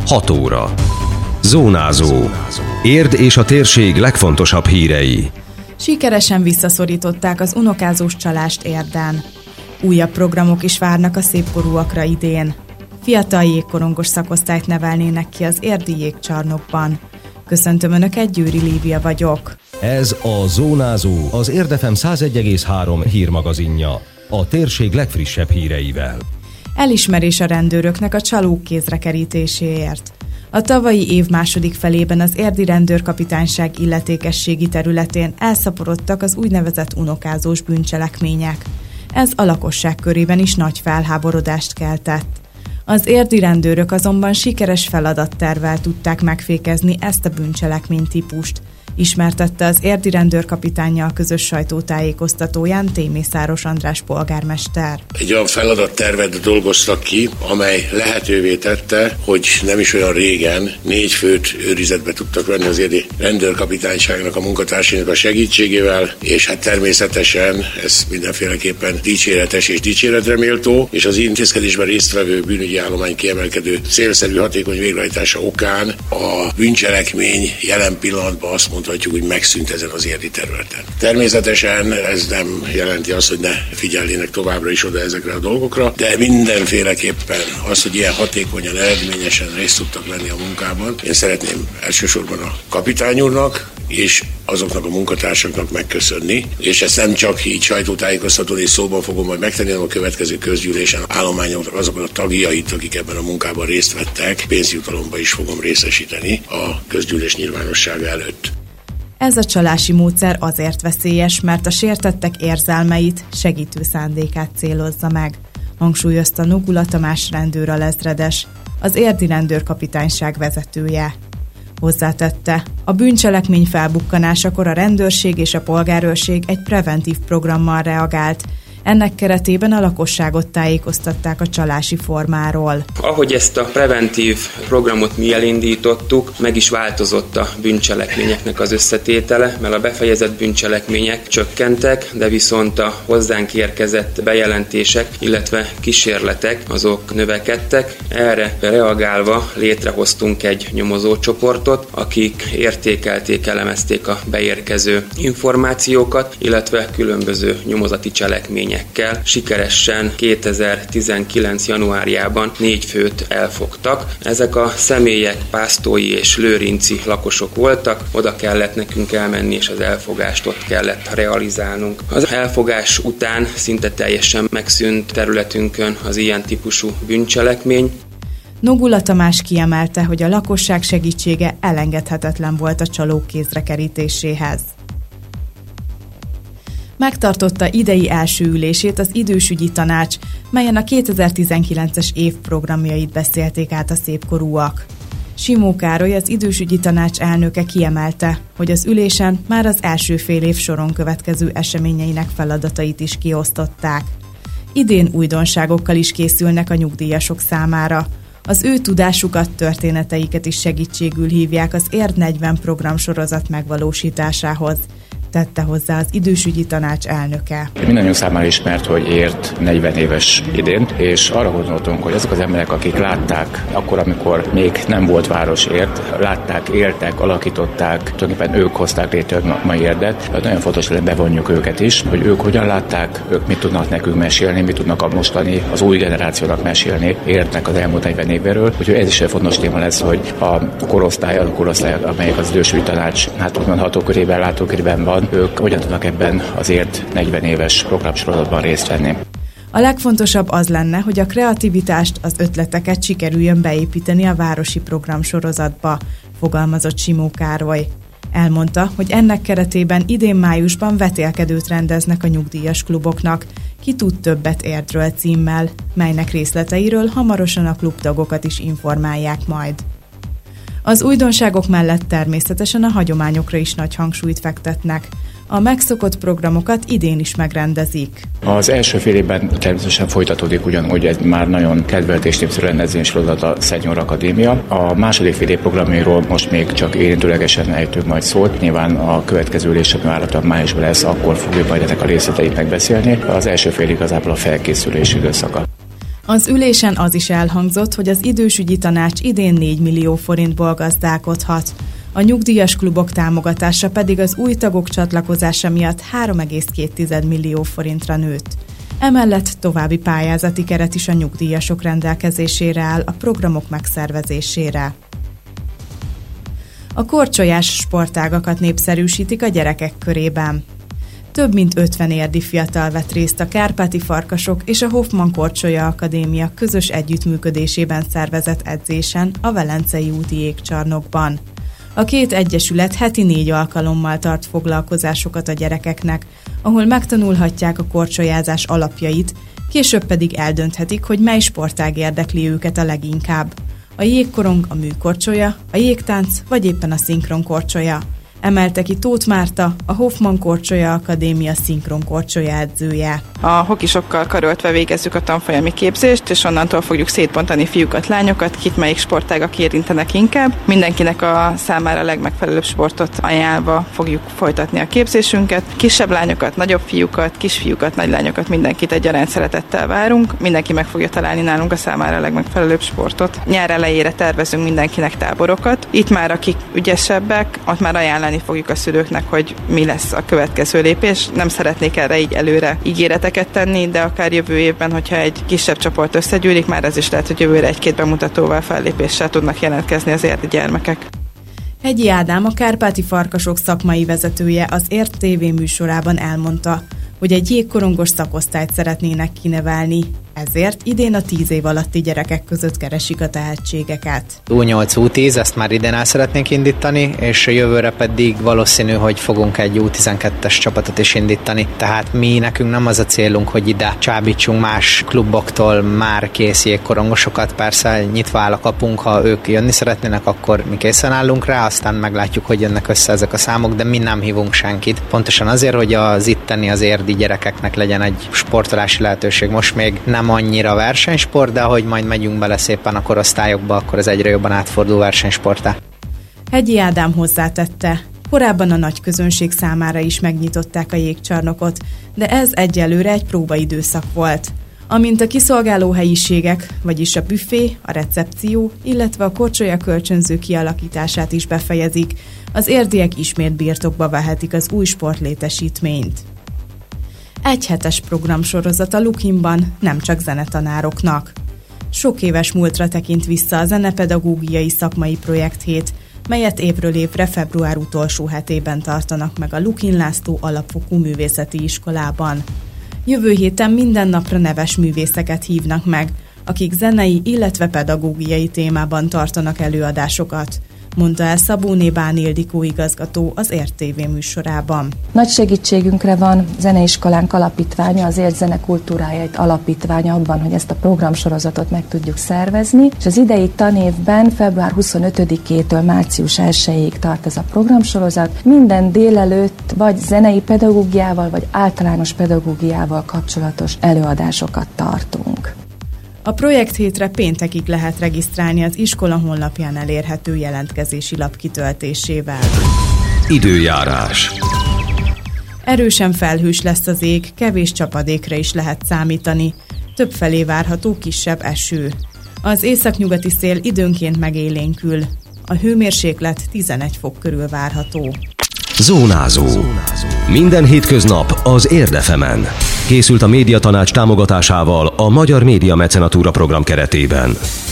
6 óra. Zónázó. Érd és a térség legfontosabb hírei. Sikeresen visszaszorították az unokázós csalást Érden. Újabb programok is várnak a szépkorúakra idén. Fiatal jégkorongos szakosztályt nevelnének ki az érdi jégcsarnokban. Köszöntöm Önöket, Győri Lívia vagyok. Ez a Zónázó, az Érd FM 101,3 hírmagazinja. A térség legfrissebb híreivel. Elismerés a rendőröknek a csalók kézre kerítéséért. A tavalyi év második felében az érdi rendőrkapitányság illetékességi területén elszaporodtak az úgynevezett unokázós bűncselekmények. Ez a lakosság körében is nagy felháborodást keltett. Az érdi rendőrök azonban sikeres feladattervvel tudták megfékezni ezt a bűncselekménytípust, ismertette az érdi rendőrkapitánnyal közös sajtótájékoztatóján Mészáros András polgármester. Egy olyan feladattervet dolgoztak ki, amely lehetővé tette, hogy nem is olyan régen 4 főt őrizetbe tudtak venni az érdi rendőrkapitányságnak a munkatársainak a segítségével, és hát természetesen ez mindenféleképpen dicséretes és dicséretre méltó, és az intézkedésben résztvevő bűnügyi állomány kiemelkedő célszerű hatékony végrehajtása okán a bűncselekmény jelen pillanatban azt mondhatjuk, hogy megszűnt ezen az érdi területen. Természetesen ez nem jelenti azt, hogy ne figyelnének továbbra is oda ezekre a dolgokra, de mindenféleképpen az, hogy ilyen hatékonyan, eredményesen részt tudtak venni a munkában, én szeretném elsősorban a kapitány úrnak és azoknak a munkatársaknak megköszönni, és ezt nem csak így sajtótájékoztatón és szóban fogom majd megtenni, hanem a következő közgyűlésen állományoknak azokon a tagjait, akik ebben a munkában részt vettek, pénzjutalomba is fogom részesíteni a közgyűlés nyilvánossága előtt. Ez a csalási módszer azért veszélyes, mert a sértettek érzelmeit, segítő szándékát célozza meg, hangsúlyozta Nogula Tamás rendőralezredes, az érdi rendőrkapitányság vezetője. Hozzátette, a bűncselekmény felbukkanásakor a rendőrség és a polgárőrség egy preventív programmal reagált. Ennek keretében a lakosságot tájékoztatták a csalási formáról. Ahogy ezt a preventív programot mi elindítottuk, meg is változott a bűncselekményeknek az összetétele, mert a befejezett bűncselekmények csökkentek, de viszont a hozzánk érkezett bejelentések, illetve kísérletek azok növekedtek. Erre reagálva létrehoztunk egy nyomozócsoportot, akik értékelték, elemezték a beérkező információkat, illetve különböző nyomozati cselekmények. Sikeresen 2019. januárjában 4 főt elfogtak. Ezek a személyek pásztói és lőrinci lakosok voltak, oda kellett nekünk elmenni, és az elfogást ott kellett realizálnunk. Az elfogás után szinte teljesen megszűnt területünkön az ilyen típusú bűncselekmény. Nogula Tamás kiemelte, hogy a lakosság segítsége elengedhetetlen volt a csalók kézre kerítéséhez. Megtartotta idei első ülését az idősügyi tanács, melyen a 2019-es év programjait beszélték át a szépkorúak. Simó Károly, az idősügyi tanács elnöke kiemelte, hogy az ülésen már az első fél év soron következő eseményeinek feladatait is kiosztották. Idén újdonságokkal is készülnek a nyugdíjasok számára. Az ő tudásukat, történeteiket is segítségül hívják az Érd 40 programsorozat megvalósításához, tette hozzá az idősügyi tanács elnöke. Mindannyiunk számára ismert, hogy Érd 40 éves idén, és arra gondoltunk, hogy azok az emberek, akik látták akkor, amikor még nem volt város Érd, látták, éltek, alakították, tulajdonképpen ők hozták létre a mai Érdet. Nagyon fontos, hogy bevonjuk őket is, hogy ők hogyan látták, ők mit tudnak nekünk mesélni, mit tudnak a mostani, az új generációnak mesélni Érdnek az elmúlt 40 évéről. Úgyhogy ez is egy fontos téma lesz, hogy a korosztály, amelyek az idősügyi tanács, úgymond hatókörében, látókörében van, ők hogyan tudnak ebben az Érd 40 éves programsorozatban részt venni. A legfontosabb az lenne, hogy a kreativitást, az ötleteket sikerüljön beépíteni a városi programsorozatba, fogalmazott Simó Károly. Elmondta, hogy ennek keretében idén májusban vetélkedőt rendeznek a nyugdíjas kluboknak, Ki tud többet Érdről címmel, melynek részleteiről hamarosan a klubtagokat is informálják majd. Az újdonságok mellett természetesen a hagyományokra is nagy hangsúlyt fektetnek. A megszokott programokat idén is megrendezik. Az első fél évben természetesen folytatódik ugyanúgy, ez már nagyon kedvelt és népszerű rendezvénysorozat a Senior Akadémia. A második fél év programjairól most még csak érintőlegesen ejtünk majd szót. Nyilván a következő ülés, ami várhatóan májusban lesz, akkor fogjuk majd ennek a részleteit megbeszélni. Az első fél igazából a felkészülés időszaka. Az ülésen az is elhangzott, hogy az idősügyi tanács idén 4 millió forintból gazdálkodhat. A nyugdíjas klubok támogatása pedig az új tagok csatlakozása miatt 3,2 millió forintra nőtt. Emellett további pályázati keret is a nyugdíjasok rendelkezésére áll a programok megszervezésére. A korcsolyás sportágakat népszerűsítik a gyerekek körében. Több mint 50 érdi fiatal vett részt a Kárpáti Farkasok és a Hoffman Korcsolya Akadémia közös együttműködésében szervezett edzésen a Velencei úti jégcsarnokban. A két egyesület heti 4 alkalommal tart foglalkozásokat a gyerekeknek, ahol megtanulhatják a korcsolyázás alapjait, később pedig eldönthetik, hogy mely sportág érdekli őket a leginkább. A jégkorong, a műkorcsolya, a jégtánc vagy éppen a szinkronkorcsolya. Emelte ki Tóth Márta, a Hoffman Korcsolya Akadémia szinkronkorcsolya edzője. A hokisokkal karöltve végezzük a tanfolyami képzést, és onnantól fogjuk szétbontani fiúkat, lányokat, kit melyik sportágak érintenek inkább. Mindenkinek a számára legmegfelelőbb sportot ajánlva fogjuk folytatni a képzésünket. Kisebb lányokat, nagyobb fiúkat, kisfiúkat, nagy lányokat, mindenkit egyaránt szeretettel várunk. Mindenki meg fogja találni nálunk a számára legmegfelelőbb sportot. Nyár elejére tervezünk mindenkinek táborokat. Itt már akik ügyesebbek, ott már ajánlani fogjuk a szülőknek, hogy mi lesz a következő lépés. Nem szeretnék erre így előre ígéreteket tenni, de akár jövő évben, hogyha egy kisebb csoport összegyűlik, már ez is lehet, hogy jövőre 1-2 bemutatóval, fellépéssel tudnak jelentkezni az érdi gyermekek. Hegyi Ádám, a Kárpáti Farkasok szakmai vezetője az Ért TV műsorában elmondta, hogy egy jégkorongos szakosztályt szeretnének kinevelni, ezért idén a 10 év alatti gyerekek között keresik a tehetségeket. U8, U10, ezt már idén el szeretnénk indítani, és jövőre pedig valószínű, hogy fogunk egy U12-es csapatot is indítani. Tehát nekünk nem az a célunk, hogy ide csábítsunk más kluboktól már kész jégkorongosokat. Persze nyitva áll a kapunk, ha ők jönni szeretnének, akkor mi készen állunk rá, aztán meglátjuk, hogy jönnek össze ezek a számok, de mi nem hívunk senkit. Pontosan azért, hogy az itteni, az érdi gyerekeknek legyen egy sportolási lehetőség. Most még nem annyira versenysport, de ahogy majd megyünk bele szépen a korosztályokba, akkor ez egyre jobban átfordul versenysporttá. Hegyi Ádám hozzátette, korábban a nagy közönség számára is megnyitották a jégcsarnokot, de ez egyelőre egy próbaidőszak volt. Amint a kiszolgáló helyiségek, vagyis a büfé, a recepció, illetve a korcsolya kölcsönző kialakítását is befejezik, az érdiek ismét birtokba vehetik az új sportlétesítményt. Egy hetes programsorozat a Lukinban nem csak zenetanároknak. Sok éves múltra tekint vissza a zenepedagógiai szakmai projekthét, melyet évről évre február utolsó hetében tartanak meg a Lukin László Alapfokú Művészeti Iskolában. Jövő héten minden napra neves művészeket hívnak meg, akik zenei, illetve pedagógiai témában tartanak előadásokat, mondta el Szabóné Bán Ildikó igazgató az Ért TV műsorában. Nagy segítségünkre van zeneiskolánk alapítványa, az Ért Zenekultúrájait alapítványa abban, hogy ezt a programsorozatot meg tudjuk szervezni, és az idei tanévben február 25-től március 1-ig tart ez a programsorozat. Minden délelőtt vagy zenei pedagógiával, vagy általános pedagógiával kapcsolatos előadásokat tartunk. A projekthétre péntekig lehet regisztrálni az iskola honlapján elérhető jelentkezési lap kitöltésével. Időjárás. Erősen felhős lesz az ég, kevés csapadékra is lehet számítani. Többfelé várható kisebb eső. Az északnyugati szél időnként megélénkül. A hőmérséklet 11 fok körül várható. Zónázó. Minden hétköznap az Érd FM-en. Készült a Médiatanács támogatásával a Magyar Média Mecenatúra program keretében.